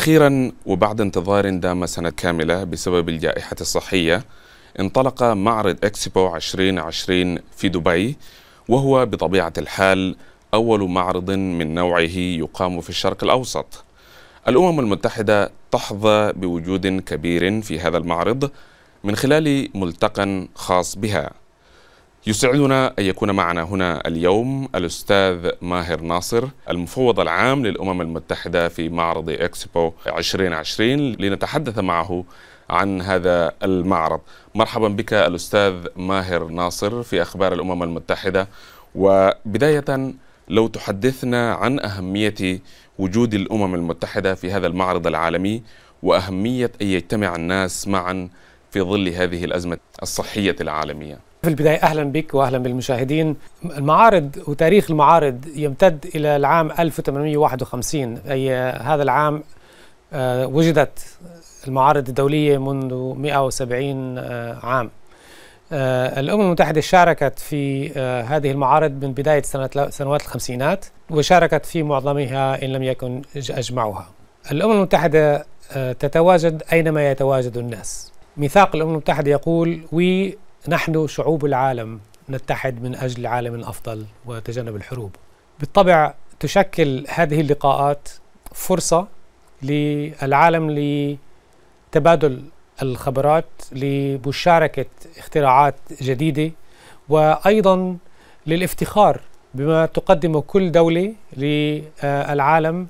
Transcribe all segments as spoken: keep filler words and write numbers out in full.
أخيرا وبعد انتظار دام سنة كاملة بسبب الجائحة الصحية، انطلق معرض إكسبو عشرين عشرين في دبي، وهو بطبيعة الحال أول معرض من نوعه يقام في الشرق الأوسط. الأمم المتحدة تحظى بوجود كبير في هذا المعرض من خلال ملتقى خاص بها. يسعدنا أن يكون معنا هنا اليوم الأستاذ ماهر ناصر، المفوض العام للأمم المتحدة في معرض إكسبو عشرين عشرين، لنتحدث معه عن هذا المعرض. مرحبا بك الأستاذ ماهر ناصر في أخبار الأمم المتحدة. وبداية لو تحدثنا عن أهمية وجود الأمم المتحدة في هذا المعرض العالمي، وأهمية أن يجتمع الناس معا في ظل هذه الأزمة الصحية العالمية. في البداية أهلا بك وأهلا بالمشاهدين. المعارض وتاريخ المعارض يمتد إلى العام ألف وثمانمئة وواحد وخمسين، أي هذا العام وجدت المعارض الدولية منذ مئة وسبعين عام. الأمم المتحدة شاركت في هذه المعارض من بداية سنوات الخمسينات، وشاركت في معظمها إن لم يكن أجمعها. الأمم المتحدة تتواجد أينما يتواجد الناس. ميثاق الأمم المتحدة يقول: وي نحن شعوب العالم نتحد من أجل العالم الأفضل وتجنب الحروب. بالطبع تشكل هذه اللقاءات فرصة للعالم لتبادل الخبرات، لمشاركة اختراعات جديدة، وأيضا للافتخار بما تقدمه كل دولة للعالم،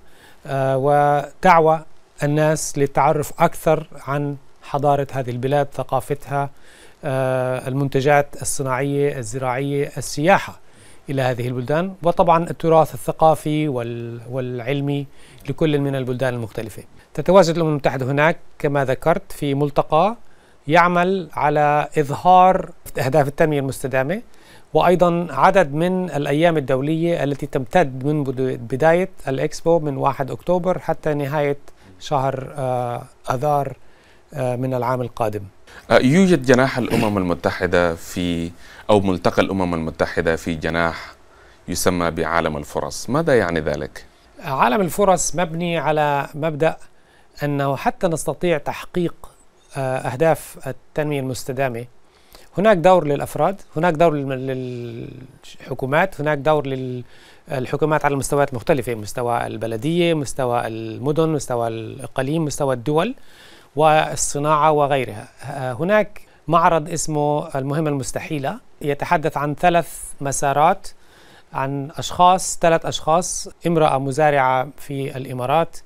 ودعوة الناس للتعرف أكثر عن حضارة هذه البلاد، ثقافتها، المنتجات الصناعية، الزراعية، السياحة إلى هذه البلدان، وطبعا التراث الثقافي والعلمي لكل من البلدان المختلفة. تتواجد الأمم المتحدة هناك كما ذكرت في ملتقى يعمل على إظهار أهداف التنمية المستدامة، وأيضا عدد من الأيام الدولية التي تمتد من بداية الإكسبو من واحد أكتوبر حتى نهاية شهر آذار من العام القادم. يوجد جناح الأمم المتحدة في أو ملتقى الأمم المتحدة في جناح يسمى بعالم الفرص. ماذا يعني ذلك؟ عالم الفرص مبني على مبدأ أنه حتى نستطيع تحقيق أهداف التنمية المستدامة هناك دور للأفراد، هناك دور للحكومات، هناك دور للحكومات على المستويات المختلفة، مستوى البلدية، مستوى المدن، مستوى الإقليم، مستوى الدول والصناعة وغيرها. هناك معرض اسمه المهمة المستحيلة يتحدث عن ثلاث مسارات، عن أشخاص ثلاث أشخاص: امرأة مزارعة في الإمارات،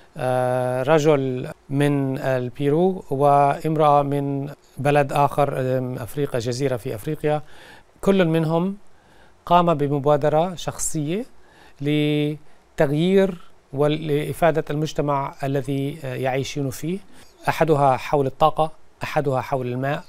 رجل من البيرو، وامرأة من بلد آخر أفريقيا، جزيرة في أفريقيا. كل منهم قام بمبادرة شخصية لتغيير ولإفادة المجتمع الذي يعيشون فيه. أحدها حول الطاقة، أحدها حول الماء،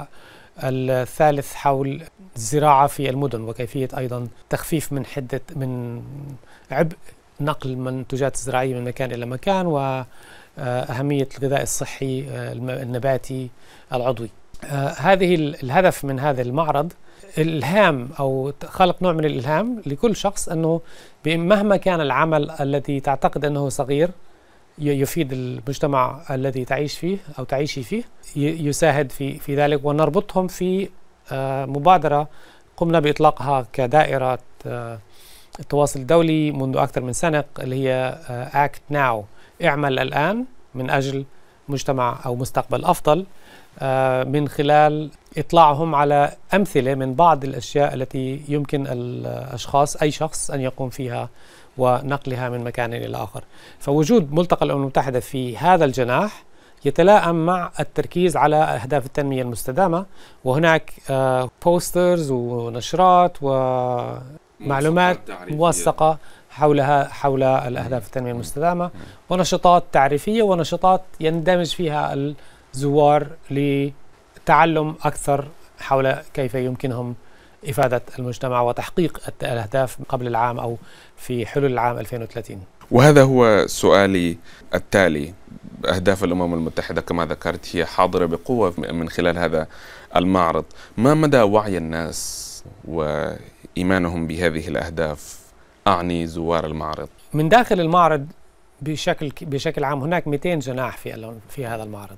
والثالث حول الزراعة في المدن، وكيفية أيضا تخفيف من حدة من عبء نقل المنتجات الزراعية من مكان إلى مكان، وأهمية الغذاء الصحي النباتي العضوي. هذه الهدف من هذا المعرض الإلهام أو خلق نوع من الإلهام لكل شخص، أنه مهما كان العمل الذي تعتقد أنه صغير يفيد المجتمع الذي تعيش فيه أو تعيشي فيه، يساعد في في ذلك. ونربطهم في مبادرة قمنا بإطلاقها كدائرة التواصل الدولي منذ أكثر من سنة، اللي هي Act Now، اعمل الآن من أجل مجتمع أو مستقبل أفضل، من خلال إطلاعهم على أمثلة من بعض الأشياء التي يمكن الأشخاص أي شخص أن يقوم فيها ونقلها من مكان إلى آخر. فوجود ملتقى الأمم المتحدة في هذا الجناح يتلائم مع التركيز على أهداف التنمية المستدامة، وهناك بوسترز ونشرات ومعلومات موثقة حولها حول الأهداف التنمية المستدامة، ونشاطات تعريفية ونشاطات يندمج فيها الزوار لتعلم أكثر حول كيف يمكنهم إفادة المجتمع وتحقيق الأهداف قبل العام أو في حلول العام ألفين وثلاثين. وهذا هو سؤالي التالي. أهداف الأمم المتحدة كما ذكرت هي حاضرة بقوة من خلال هذا المعرض. ما مدى وعي الناس وإيمانهم بهذه الأهداف؟ أعني زوار المعرض. من داخل المعرض بشكل بشكل عام هناك مئتين جناح في في هذا المعرض،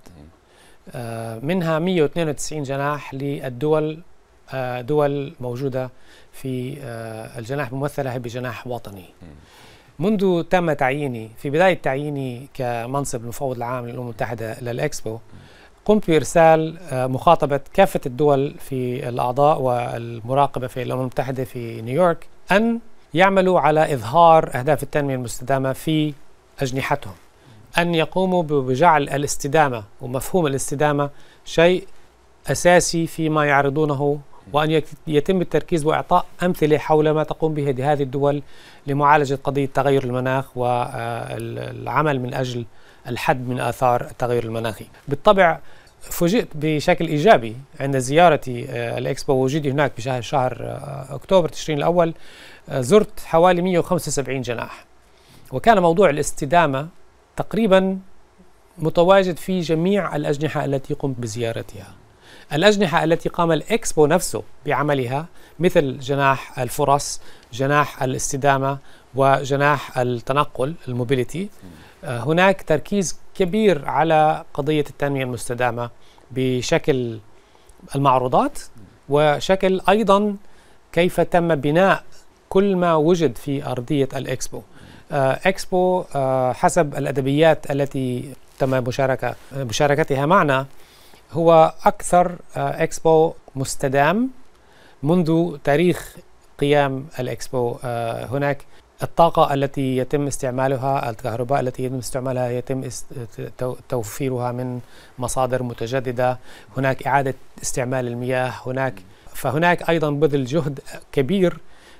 منها مئة واثنين وتسعين جناح للدول دول موجودة في الجناح ممثلة بجناح وطني. منذ تم تعييني في بداية تعييني كمنصب المفوض العام للأمم المتحدة للإكسبو، قمت بإرسال مخاطبة كافة الدول في الأعضاء والمراقبة في الأمم المتحدة في نيويورك أن يعملوا على إظهار أهداف التنمية المستدامة في أجنحتهم، أن يقوموا بجعل الاستدامة ومفهوم الاستدامة شيء أساسي فيما يعرضونه، وأن يتم التركيز وإعطاء أمثلة حول ما تقوم به هذه الدول لمعالجة قضية تغير المناخ والعمل من أجل الحد من آثار التغير المناخي. بالطبع فوجئت بشكل إيجابي عند زيارتي الإكسبو ووجودي هناك بشهر شهر أكتوبر تشرين الأول. زرت حوالي مئة وخمسة وسبعين جناح، وكان موضوع الاستدامة تقريبا متواجد في جميع الأجنحة التي قمت بزيارتها. الأجنحة التي قام الإكسبو نفسه بعملها مثل جناح الفرص، جناح الاستدامة، وجناح التنقل الموبيليتي، هناك تركيز كبير على قضية التنمية المستدامة بشكل المعروضات، وشكل أيضا كيف تم بناء كل ما وجد في أرضية الإكسبو. إكسبو حسب الأدبيات التي تم مشاركة مشاركتها معنا هو أكثر إكسبو مستدام منذ تاريخ قيام الإكسبو. هناك الطاقة التي يتم استعمالها، الكهرباء التي يتم استعمالها يتم توفيرها من مصادر متجددة، هناك إعادة استعمال المياه، هناك فهناك أيضا بذل جهد كبير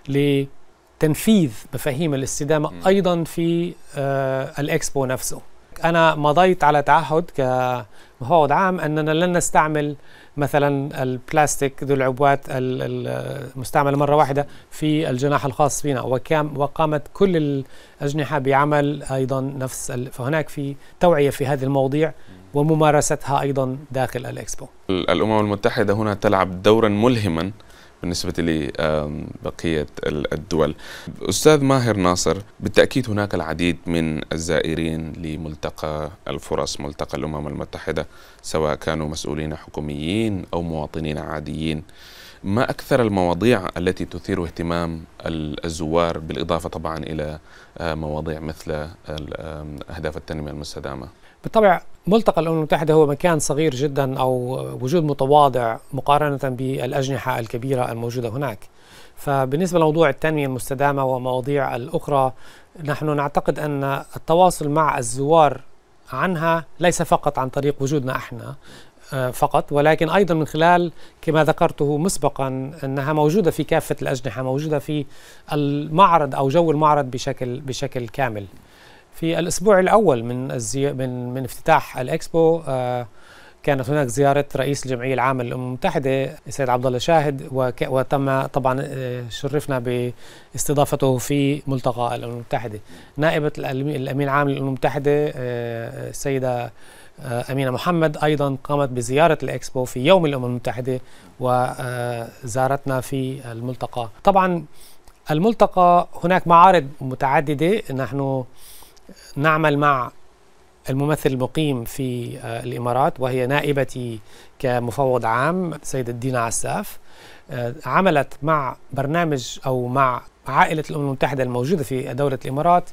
لتنفيذ مفاهيم الاستدامة أيضا في الإكسبو نفسه. أنا مضيت على تعهد كمفوض عام أننا لن نستعمل مثلا البلاستيك ذو العبوات المستعمل مرة واحدة في الجناح الخاص بنا، وقامت كل الأجنحة بعمل أيضا نفس، فهناك في توعية في هذه المواضيع وممارستها أيضا داخل الإكسبو. الأمم المتحدة هنا تلعب دورا ملهما بالنسبة لبقية الدول. أستاذ ماهر ناصر، بالتأكيد هناك العديد من الزائرين لملتقى الفرص، ملتقى الأمم المتحدة، سواء كانوا مسؤولين حكوميين أو مواطنين عاديين. ما أكثر المواضيع التي تثير اهتمام الزوار، بالإضافة طبعا إلى مواضيع مثل أهداف التنمية المستدامة؟ بالطبع ملتقى الأمم المتحدة هو مكان صغير جدا أو وجود متواضع مقارنة بالأجنحة الكبيرة الموجودة هناك. فبالنسبة لموضوع التنمية المستدامة ومواضيع الأخرى، نحن نعتقد أن التواصل مع الزوار عنها ليس فقط عن طريق وجودنا احنا فقط، ولكن أيضا من خلال كما ذكرته مسبقا أنها موجودة في كافة الأجنحة، موجودة في المعرض أو جو المعرض بشكل بشكل كامل. في الأسبوع الأول من الزي... من من افتتاح الإكسبو آه كانت هناك زيارة رئيس الجمعية العامة للأمم المتحدة السيد عبد الله شاهد، وك... وتم طبعا آه شرفنا باستضافته في ملتقى الأمم المتحدة. نائبة الأمين العام للأمم المتحدة آه السيدة آه أمينة محمد أيضا قامت بزيارة الإكسبو في يوم الأمم المتحدة وزارتنا في الملتقى. طبعا الملتقى هناك معارض متعددة، نحن نعمل مع الممثل المقيم في الإمارات وهي نائبتي كمفوض عام سيدة دينا عساف، عملت مع برنامج أو مع عائلة الأمم المتحدة الموجودة في دولة الإمارات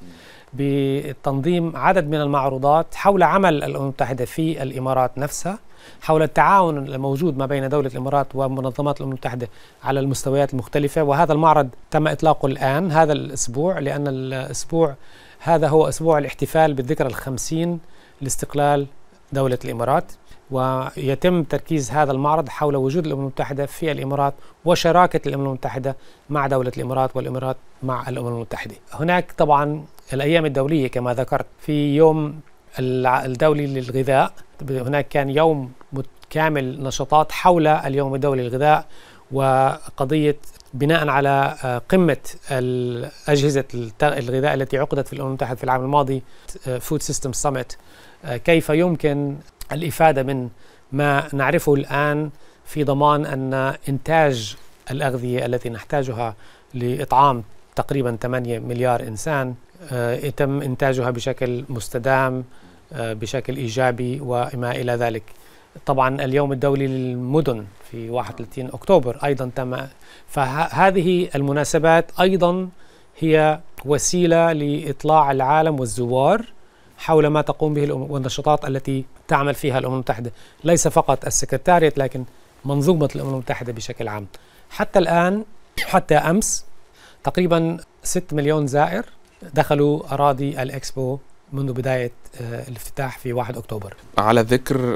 بتنظيم عدد من المعروضات حول عمل الأمم المتحدة في الإمارات نفسها، حول التعاون الموجود ما بين دولة الإمارات ومنظمات الأمم المتحدة على المستويات المختلفة. وهذا المعرض تم إطلاقه الآن هذا الأسبوع، لأن الأسبوع هذا هو أسبوع الاحتفال بالذكرى الخمسين لاستقلال دولة الإمارات، ويتم تركيز هذا المعرض حول وجود الأمم المتحدة في الإمارات وشراكة الأمم المتحدة مع دولة الإمارات والإمارات مع الأمم المتحدة. هناك طبعا الأيام الدولية كما ذكرت، في يوم الدولي للغذاء هناك كان يوم كامل نشاطات حول اليوم الدولي للغذاء وقضية بناء على قمة أجهزة الغذاء التي عقدت في الأمم المتحدة في العام الماضي Food System Summit، كيف يمكن الإفادة من ما نعرفه الآن في ضمان أن إنتاج الأغذية التي نحتاجها لإطعام تقريبا ثمانية مليار إنسان يتم إنتاجها بشكل مستدام بشكل إيجابي وما إلى ذلك. طبعا اليوم الدولي للمدن في واحد وثلاثين أكتوبر أيضا تم، فهذه المناسبات أيضا هي وسيلة لإطلاع العالم والزوار حول ما تقوم به الأمم والنشاطات التي تعمل فيها الأمم المتحدة، ليس فقط السكرتاريات لكن منظومة الأمم المتحدة بشكل عام. حتى الآن حتى أمس تقريبا ستة مليون زائر دخلوا أراضي الإكسبو منذ بداية الافتتاح في واحد أكتوبر. على ذكر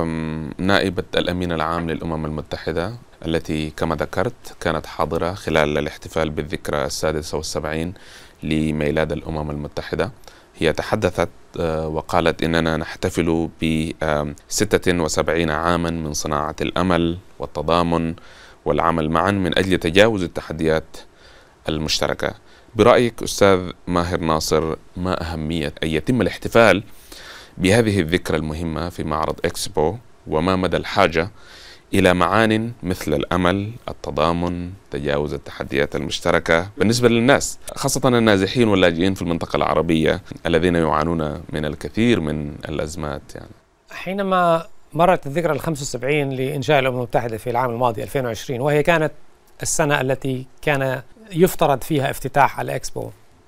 نائبة الأمين العام للأمم المتحدة التي كما ذكرت كانت حاضرة خلال الاحتفال بالذكرى السادسة والسبعين لميلاد الأمم المتحدة، هي تحدثت وقالت إننا نحتفل ب ستة وسبعين عاما من صناعة الأمل والتضامن والعمل معا من أجل تجاوز التحديات المشتركة. برأيك أستاذ ماهر ناصر، ما أهمية أن يتم الاحتفال بهذه الذكرى المهمة في معرض إكسبو، وما مدى الحاجة إلى معان مثل الأمل، التضامن، تجاوز التحديات المشتركة بالنسبة للناس، خاصة النازحين واللاجئين في المنطقة العربية الذين يعانون من الكثير من الأزمات؟ يعني حينما مرت الذكرى الخمس وسبعين لإنشاء الأمم المتحدة في العام الماضي ألفين وعشرين، وهي كانت السنة التي كان يفترض فيها افتتاح الإكسبو،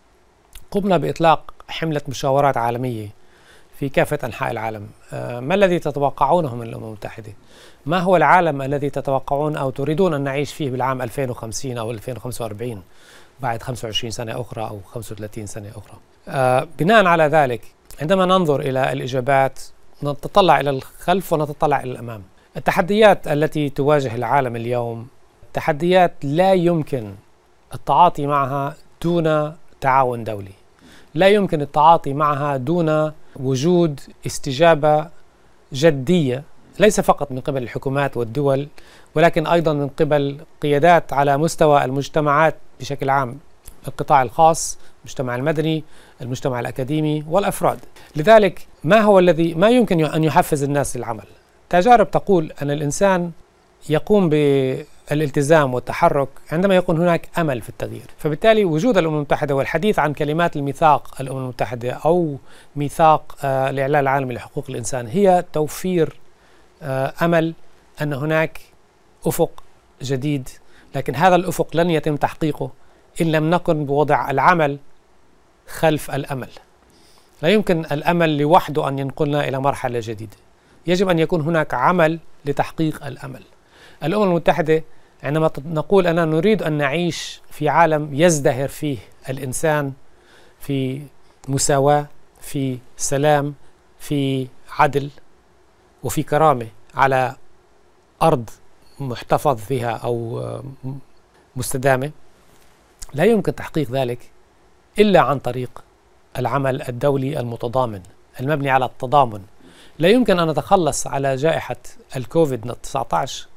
قمنا بإطلاق حملة مشاورات عالمية في كافة أنحاء العالم. ما الذي تتوقعونه من الأمم المتحدة؟ ما هو العالم الذي تتوقعون أو تريدون أن نعيش فيه بالعام ألفين وخمسين أو ألفين وخمسة وأربعين بعد خمسة وعشرين سنة أخرى أو خمسة وثلاثين سنة أخرى؟ آه بناء على ذلك عندما ننظر إلى الإجابات نتطلع إلى الخلف ونتطلع إلى الأمام. التحديات التي تواجه العالم اليوم تحديات لا يمكن التعاطي معها دون تعاون دولي، لا يمكن التعاطي معها دون وجود استجابة جدية ليس فقط من قبل الحكومات والدول، ولكن أيضا من قبل قيادات على مستوى المجتمعات بشكل عام، القطاع الخاص، المجتمع المدني، المجتمع الأكاديمي والأفراد. لذلك ما هو الذي ما يمكن أن يحفز الناس للعمل؟ تجارب تقول أن الإنسان يقوم بالالتزام والتحرك عندما يكون هناك أمل في التغيير. فبالتالي وجود الأمم المتحدة والحديث عن كلمات الميثاق الأمم المتحدة أو ميثاق آه الإعلان العالمي لحقوق الإنسان هي توفير آه أمل أن هناك أفق جديد، لكن هذا الأفق لن يتم تحقيقه إن لم نكن بوضع العمل خلف الأمل. لا يمكن الأمل لوحده أن ينقلنا إلى مرحلة جديدة، يجب أن يكون هناك عمل لتحقيق الأمل. الأمم المتحدة عندما نقول أننا نريد أن نعيش في عالم يزدهر فيه الإنسان في مساواة، في سلام، في عدل، وفي كرامة على أرض محتفظ فيها أو مستدامة، لا يمكن تحقيق ذلك إلا عن طريق العمل الدولي المتضامن المبني على التضامن. لا يمكن أن نتخلص على جائحة الكوفيد تسعة عشر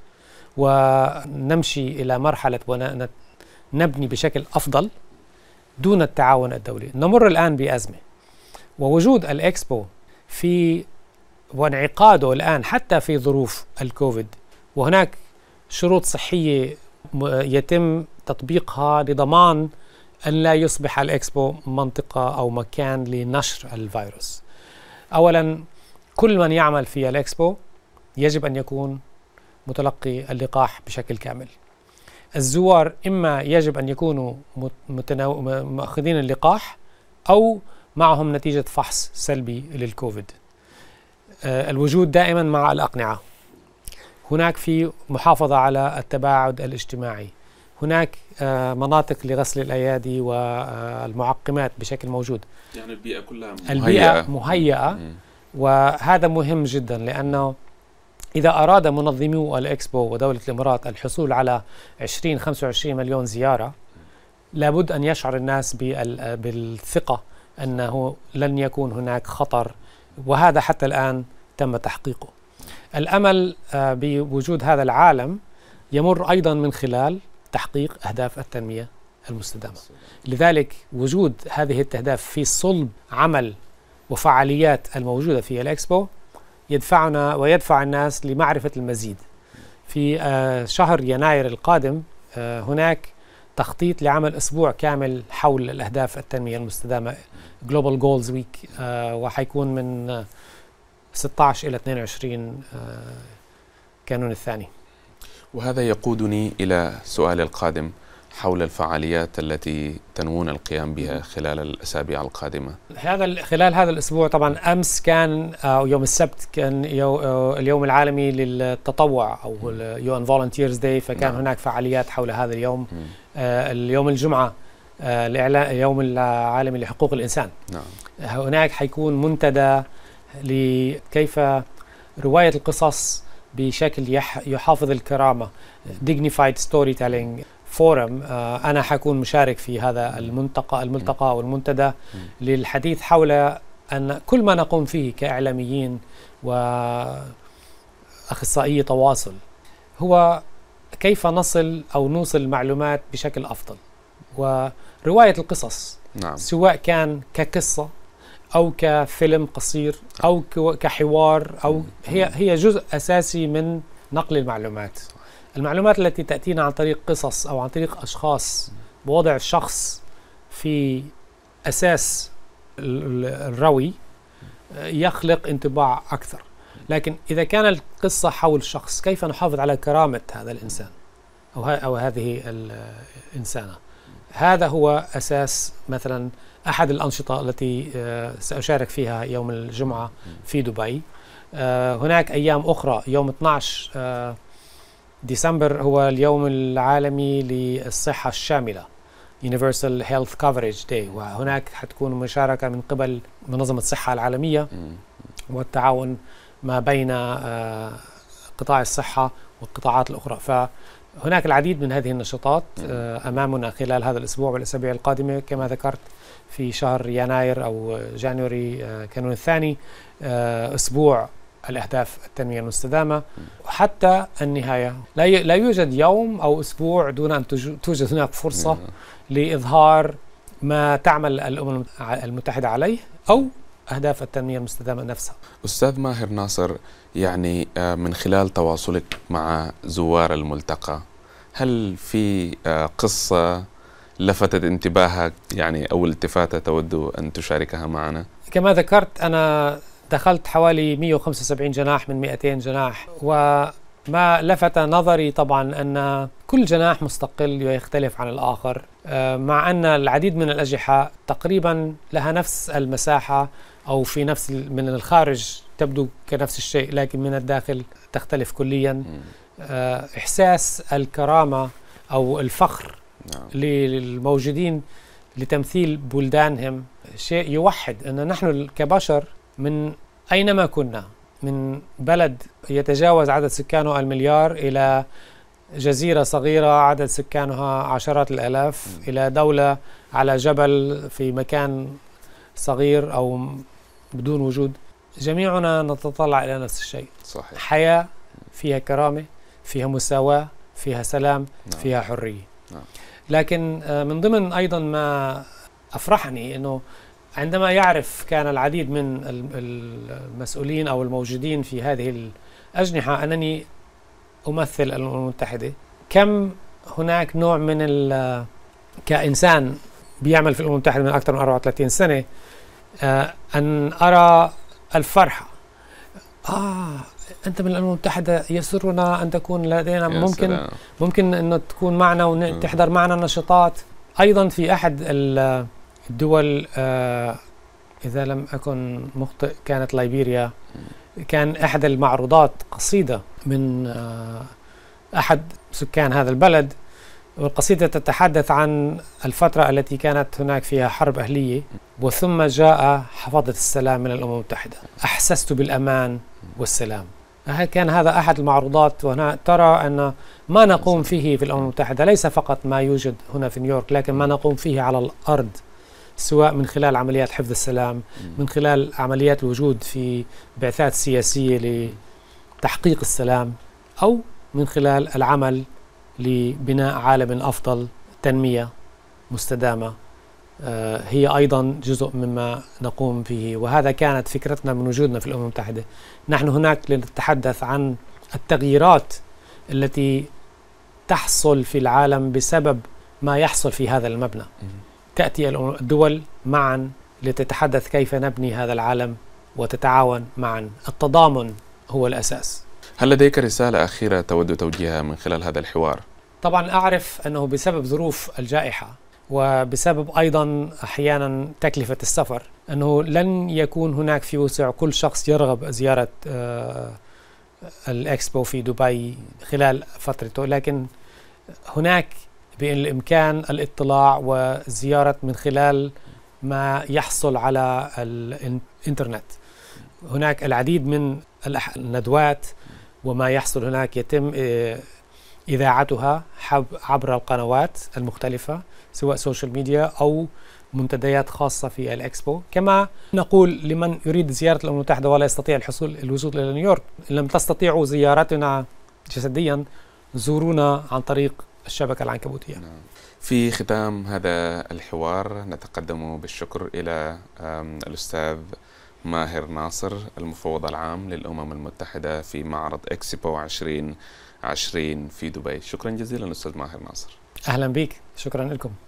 ونمشي إلى مرحلة ونبني بشكل أفضل دون التعاون الدولي. نمر الآن بأزمة، ووجود الإكسبو في وانعقاده الآن حتى في ظروف الكوفيد، وهناك شروط صحية يتم تطبيقها لضمان أن لا يصبح الإكسبو منطقة أو مكان لنشر الفيروس. أولا، كل من يعمل في الإكسبو يجب أن يكون متلقي اللقاح بشكل كامل. الزوار إما يجب أن يكونوا متناو... مأخذين اللقاح أو معهم نتيجة فحص سلبي للكوفيد. آه الوجود دائما مع الأقنعة. هناك في محافظة على التباعد الاجتماعي. هناك آه مناطق لغسل الأيادي والمعقمات بشكل موجود. يعني البيئة كلها مهيئة. البيئة مهيئة م. وهذا مهم جدا، لأنه إذا أراد منظمو الإكسبو ودولة الإمارات الحصول على عشرين خمسة وعشرين مليون زيارة، لابد أن يشعر الناس بالثقة أنه لن يكون هناك خطر، وهذا حتى الآن تم تحقيقه. الأمل بوجود هذا العالم يمر أيضا من خلال تحقيق أهداف التنمية المستدامة. لذلك وجود هذه الأهداف في صلب عمل وفعاليات الموجودة في الإكسبو يدفعنا ويدفع الناس لمعرفة المزيد. في شهر يناير القادم هناك تخطيط لعمل أسبوع كامل حول الأهداف التنمية المستدامة Global Goals Week، آه وحيكون من ستة عشر إلى اثنين وعشرين آه كانون الثاني. وهذا يقودني إلى سؤال القادم حول الفعاليات التي تنوون القيام بها خلال الأسابيع القادمة. هذا خلال هذا الأسبوع طبعا أمس كان أو يوم السبت كان يو اليوم العالمي للتطوع أو يو إن Volunteers Day، فكان نعم. هناك فعاليات حول هذا اليوم. آه اليوم الجمعة آه اليوم العالمي لحقوق الإنسان. نعم. هناك حيكون منتدى لكيف رواية القصص بشكل يحافظ الكرامة Dignified Storytelling فورم. آه أنا حكون مشارك في هذا الملتقى الملتقى أو المنتدى للحديث حول أن كل ما نقوم فيه كإعلاميين وأخصائي تواصل هو كيف نصل أو نوصل معلومات بشكل أفضل، ورواية القصص نعم. سواء كان كقصة أو كفيلم قصير أو كحوار أو هي هي جزء أساسي من نقل المعلومات. المعلومات التي تأتينا عن طريق قصص أو عن طريق أشخاص بوضع الشخص في أساس الروي يخلق انطباع أكثر. لكن إذا كان القصة حول شخص، كيف نحافظ على كرامة هذا الإنسان أو, أو هذه الإنسانة؟ هذا هو أساس مثلا أحد الأنشطة التي سأشارك فيها يوم الجمعة في دبي. هناك أيام أخرى، يوم اثني عشر ديسمبر هو اليوم العالمي للصحة الشاملة Universal Health Coverage Day، وهناك حتكون مشاركة من قبل منظمة الصحة العالمية والتعاون ما بين قطاع الصحة والقطاعات الأخرى. فهناك العديد من هذه النشاطات أمامنا خلال هذا الأسبوع والأسابيع القادمة. كما ذكرت في شهر يناير أو جانوري كانون الثاني أسبوع الأهداف التنمية المستدامة، وحتى النهاية لا يوجد يوم أو أسبوع دون أن توجد هناك فرصة لإظهار ما تعمل الأمم المتحدة عليه أو أهداف التنمية المستدامة نفسها. أستاذ ماهر ناصر، يعني من خلال تواصلك مع زوار الملتقى، هل في قصة لفتت انتباهك يعني أو التفاتة تود أن تشاركها معنا؟ كما ذكرت أنا دخلت حوالي مئة وخمسة وسبعين جناح من مئتين جناح، وما لفت نظري طبعا أن كل جناح مستقل ويختلف عن الآخر، مع أن العديد من الأجنحة تقريبا لها نفس المساحة أو في نفس من الخارج تبدو كنفس الشيء، لكن من الداخل تختلف كليا. إحساس الكرامة أو الفخر للموجودين لتمثيل بلدانهم شيء يوحد أن نحن كبشر من أينما كنا، من بلد يتجاوز عدد سكانه المليار إلى جزيرة صغيرة عدد سكانها عشرات الآلاف إلى دولة على جبل في مكان صغير أو بدون وجود، جميعنا نتطلع إلى نفس الشيء. صحيح. حياة فيها كرامة، فيها مساواة، فيها سلام، نعم. فيها حرية. نعم. لكن من ضمن أيضا ما أفرحني أنه عندما يعرف كان العديد من المسؤولين أو الموجودين في هذه الأجنحة أنني أمثل الأمم المتحدة، كم هناك نوع من كإنسان بيعمل في الأمم المتحدة من أكثر من أربعة وثلاثين سنة أن أرى الفرحة. آه أنت من الأمم المتحدة، يسرنا أن تكون لدينا، ممكن سلام. ممكن أنه تكون معنا وتحضر معنا نشاطات. أيضا في أحد الدول آه إذا لم أكن مخطئ كانت ليبيريا، كان أحد المعروضات قصيدة من آه أحد سكان هذا البلد، والقصيدة تتحدث عن الفترة التي كانت هناك فيها حرب أهلية، وثم جاء حفظة السلام من الأمم المتحدة، أحسست بالأمان والسلام. كان هذا أحد المعروضات. وهنا ترى أن ما نقوم فيه في الأمم المتحدة ليس فقط ما يوجد هنا في نيويورك، لكن ما نقوم فيه على الأرض، سواء من خلال عمليات حفظ السلام، من خلال عمليات الوجود في بعثات سياسية لتحقيق السلام، أو من خلال العمل لبناء عالم أفضل، تنمية مستدامة، آه هي أيضا جزء مما نقوم به. وهذا كانت فكرتنا من وجودنا في الأمم المتحدة. نحن هناك لنتحدث عن التغييرات التي تحصل في العالم بسبب ما يحصل في هذا المبنى. تأتي الدول معا لتتحدث كيف نبني هذا العالم وتتعاون معا. التضامن هو الأساس. هل لديك رسالة أخيرة تود توجيهها من خلال هذا الحوار؟ طبعا أعرف أنه بسبب ظروف الجائحة وبسبب أيضا أحيانا تكلفة السفر أنه لن يكون هناك في وسع كل شخص يرغب زيارة الإكسبو في دبي خلال فترته، لكن هناك بالإمكان الاطلاع وزيارة من خلال ما يحصل على الإنترنت. هناك العديد من الندوات وما يحصل هناك يتم إذاعتها عبر القنوات المختلفة سواء سوشيال ميديا أو منتديات خاصة في الإكسبو. كما نقول لمن يريد زيارة الأمم المتحدة ولا يستطيع الحصول الوصول إلى نيويورك، إن لم تستطيعوا زيارتنا جسديا زورونا عن طريق الشبكة العنكبوتية. في ختام هذا الحوار نتقدم بالشكر إلى الأستاذ ماهر ناصر المفوض العام للأمم المتحدة في معرض إكسبو عشرين عشرين في دبي. شكرا جزيلا أستاذ ماهر ناصر. أهلا بك، شكرا لكم.